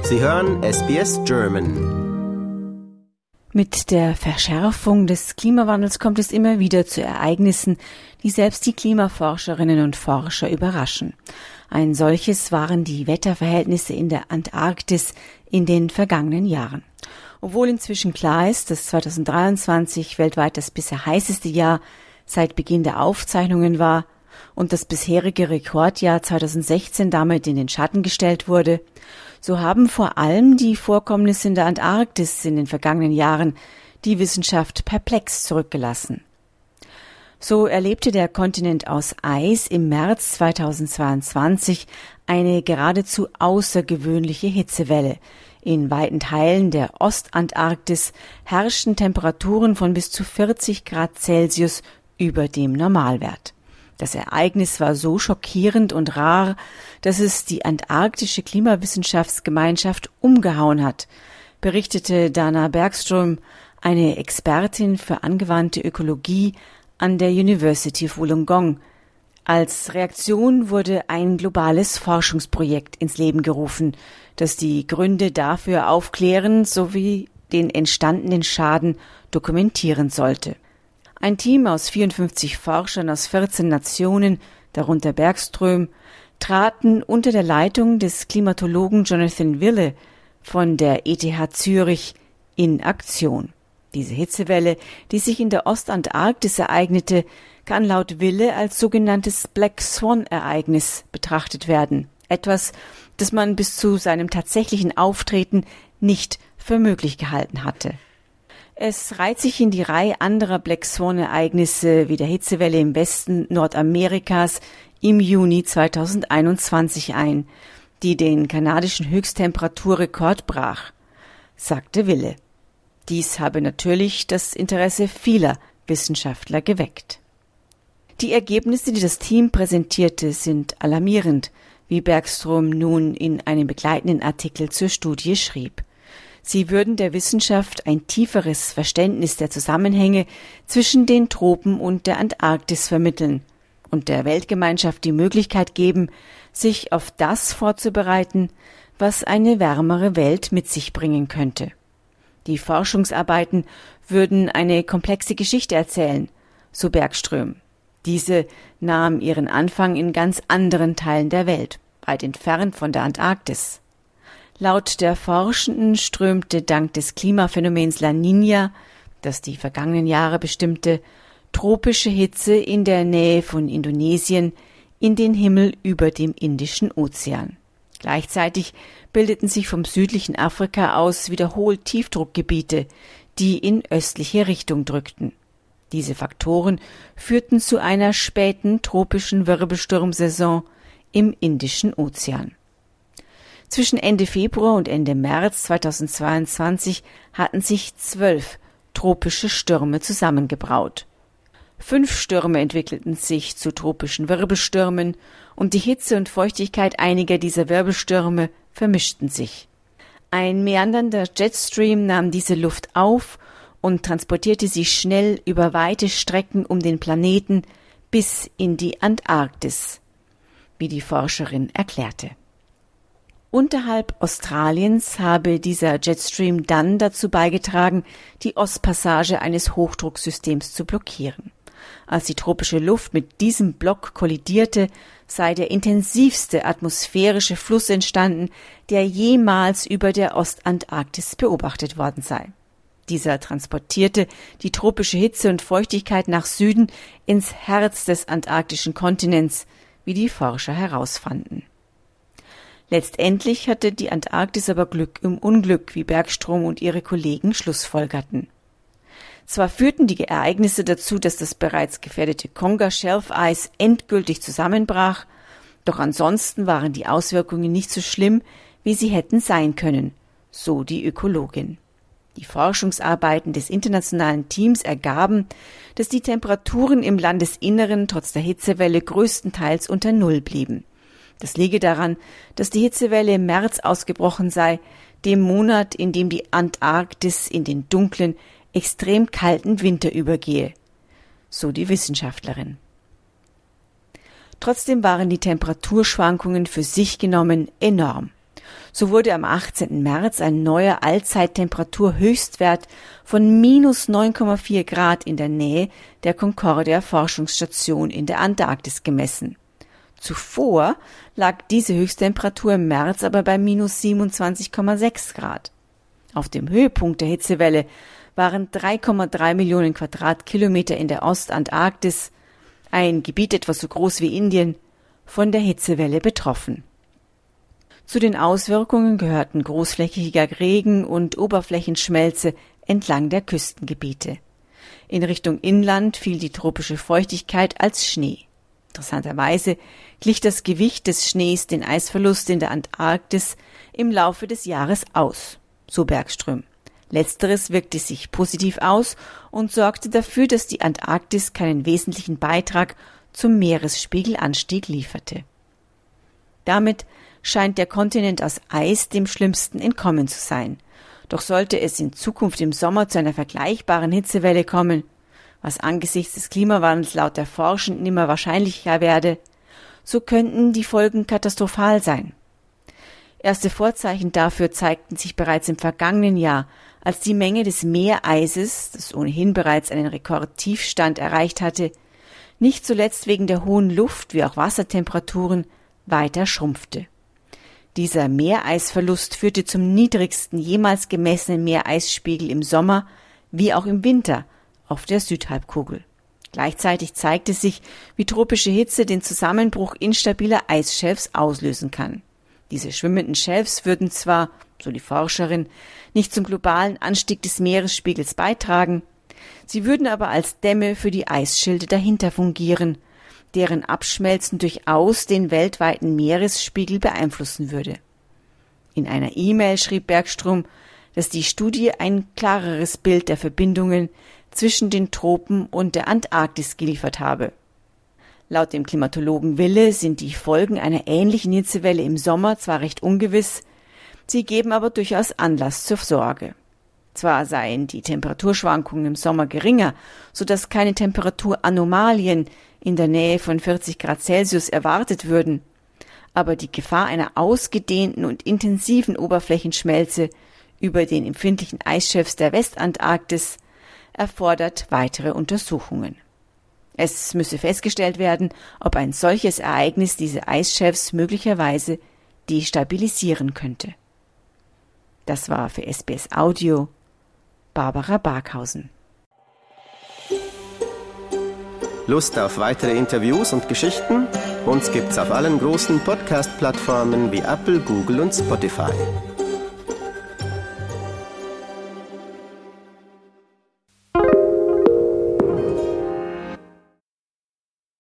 Sie hören SBS German. Mit der Verschärfung des Klimawandels kommt es immer wieder zu Ereignissen, die selbst die Klimaforscherinnen und Forscher überraschen. Ein solches waren die Wetterverhältnisse in der Antarktis in den vergangenen Jahren. Obwohl inzwischen klar ist, dass 2023 weltweit das bisher heißeste Jahr seit Beginn der Aufzeichnungen war und das bisherige Rekordjahr 2016 damit in den Schatten gestellt wurde, so haben vor allem die Vorkommnisse in der Antarktis in den vergangenen Jahren die Wissenschaft perplex zurückgelassen. So erlebte der Kontinent aus Eis im März 2022 eine geradezu außergewöhnliche Hitzewelle. In weiten Teilen der Ostantarktis herrschten Temperaturen von bis zu 40 Grad Celsius über dem Normalwert. Das Ereignis war so schockierend und rar, dass es die antarktische Klimawissenschaftsgemeinschaft umgehauen hat, berichtete Dana Bergström, eine Expertin für angewandte Ökologie an der University of Wollongong. Als Reaktion wurde ein globales Forschungsprojekt ins Leben gerufen, das die Gründe dafür aufklären sowie den entstandenen Schaden dokumentieren sollte. Ein Team aus 54 Forschern aus 14 Nationen, darunter Bergström, traten unter der Leitung des Klimatologen Jonathan Wille von der ETH Zürich in Aktion. Diese Hitzewelle, die sich in der Ostantarktis ereignete, kann laut Wille als sogenanntes Black Swan-Ereignis betrachtet werden. Etwas, das man bis zu seinem tatsächlichen Auftreten nicht für möglich gehalten hatte. Es reiht sich in die Reihe anderer Black Swan-Ereignisse wie der Hitzewelle im Westen Nordamerikas im Juni 2021 ein, die den kanadischen Höchsttemperaturrekord brach, sagte Wille. Dies habe natürlich das Interesse vieler Wissenschaftler geweckt. Die Ergebnisse, die das Team präsentierte, sind alarmierend, wie Bergström nun in einem begleitenden Artikel zur Studie schrieb. Sie würden der Wissenschaft ein tieferes Verständnis der Zusammenhänge zwischen den Tropen und der Antarktis vermitteln und der Weltgemeinschaft die Möglichkeit geben, sich auf das vorzubereiten, was eine wärmere Welt mit sich bringen könnte. Die Forschungsarbeiten würden eine komplexe Geschichte erzählen, so Bergström. Diese nahm ihren Anfang in ganz anderen Teilen der Welt, weit entfernt von der Antarktis. Laut der Forschenden strömte dank des Klimaphänomens La Niña, das die vergangenen Jahre bestimmte, tropische Hitze in der Nähe von Indonesien in den Himmel über dem Indischen Ozean. Gleichzeitig bildeten sich vom südlichen Afrika aus wiederholt Tiefdruckgebiete, die in östliche Richtung drückten. Diese Faktoren führten zu einer späten tropischen Wirbelsturmsaison im Indischen Ozean. Zwischen Ende Februar und Ende März 2022 hatten sich 12 tropische Stürme zusammengebraut. 5 Stürme entwickelten sich zu tropischen Wirbelstürmen und die Hitze und Feuchtigkeit einiger dieser Wirbelstürme vermischten sich. Ein meandernder Jetstream nahm diese Luft auf und transportierte sie schnell über weite Strecken um den Planeten bis in die Antarktis, wie die Forscherin erklärte. Unterhalb Australiens habe dieser Jetstream dann dazu beigetragen, die Ostpassage eines Hochdrucksystems zu blockieren. Als die tropische Luft mit diesem Block kollidierte, sei der intensivste atmosphärische Fluss entstanden, der jemals über der Ostantarktis beobachtet worden sei. Dieser transportierte die tropische Hitze und Feuchtigkeit nach Süden ins Herz des antarktischen Kontinents, wie die Forscher herausfanden. Letztendlich hatte die Antarktis aber Glück im Unglück, wie Bergström und ihre Kollegen schlussfolgerten. Zwar führten die Ereignisse dazu, dass das bereits gefährdete Conger-Schelfeis endgültig zusammenbrach, doch ansonsten waren die Auswirkungen nicht so schlimm, wie sie hätten sein können, so die Ökologin. Die Forschungsarbeiten des internationalen Teams ergaben, dass die Temperaturen im Landesinneren trotz der Hitzewelle größtenteils unter Null blieben. Das liege daran, dass die Hitzewelle im März ausgebrochen sei, dem Monat, in dem die Antarktis in den dunklen, extrem kalten Winter übergehe, so die Wissenschaftlerin. Trotzdem waren die Temperaturschwankungen für sich genommen enorm. So wurde am 18. März ein neuer Allzeittemperaturhöchstwert von minus 9,4 Grad in der Nähe der Concordia-Forschungsstation in der Antarktis gemessen. Zuvor lag diese Höchsttemperatur im März aber bei minus 27,6 Grad. Auf dem Höhepunkt der Hitzewelle waren 3,3 Millionen Quadratkilometer in der Ostantarktis, ein Gebiet etwa so groß wie Indien, von der Hitzewelle betroffen. Zu den Auswirkungen gehörten großflächiger Regen und Oberflächenschmelze entlang der Küstengebiete. In Richtung Inland fiel die tropische Feuchtigkeit als Schnee. Interessanterweise glich das Gewicht des Schnees den Eisverlust in der Antarktis im Laufe des Jahres aus, so Bergström. Letzteres wirkte sich positiv aus und sorgte dafür, dass die Antarktis keinen wesentlichen Beitrag zum Meeresspiegelanstieg lieferte. Damit scheint der Kontinent aus Eis dem Schlimmsten entkommen zu sein. Doch sollte es in Zukunft im Sommer zu einer vergleichbaren Hitzewelle kommen, was angesichts des Klimawandels laut der Forschenden immer wahrscheinlicher werde, so könnten die Folgen katastrophal sein. Erste Vorzeichen dafür zeigten sich bereits im vergangenen Jahr, als die Menge des Meereises, das ohnehin bereits einen Rekordtiefstand erreicht hatte, nicht zuletzt wegen der hohen Luft- wie auch Wassertemperaturen weiter schrumpfte. Dieser Meereisverlust führte zum niedrigsten jemals gemessenen Meereisspiegel im Sommer wie auch im Winter auf der Südhalbkugel. Gleichzeitig zeigte sich, wie tropische Hitze den Zusammenbruch instabiler Eisschelfs auslösen kann. Diese schwimmenden Schelfs würden zwar, so die Forscherin, nicht zum globalen Anstieg des Meeresspiegels beitragen, sie würden aber als Dämme für die Eisschilde dahinter fungieren, deren Abschmelzen durchaus den weltweiten Meeresspiegel beeinflussen würde. In einer E-Mail schrieb Bergström, dass die Studie ein klareres Bild der Verbindungen zwischen den Tropen und der Antarktis geliefert habe. Laut dem Klimatologen Wille sind die Folgen einer ähnlichen Hitzewelle im Sommer zwar recht ungewiss, sie geben aber durchaus Anlass zur Sorge. Zwar seien die Temperaturschwankungen im Sommer geringer, sodass keine Temperaturanomalien in der Nähe von 40 Grad Celsius erwartet würden, aber die Gefahr einer ausgedehnten und intensiven Oberflächenschmelze über den empfindlichen Eisschelfs der Westantarktis erfordert weitere Untersuchungen. Es müsse festgestellt werden, ob ein solches Ereignis diese Eisschelfs möglicherweise destabilisieren könnte. Das war für SBS Audio Barbara Barkhausen. Lust auf weitere Interviews und Geschichten? Uns gibt's auf allen großen Podcast-Plattformen wie Apple, Google und Spotify.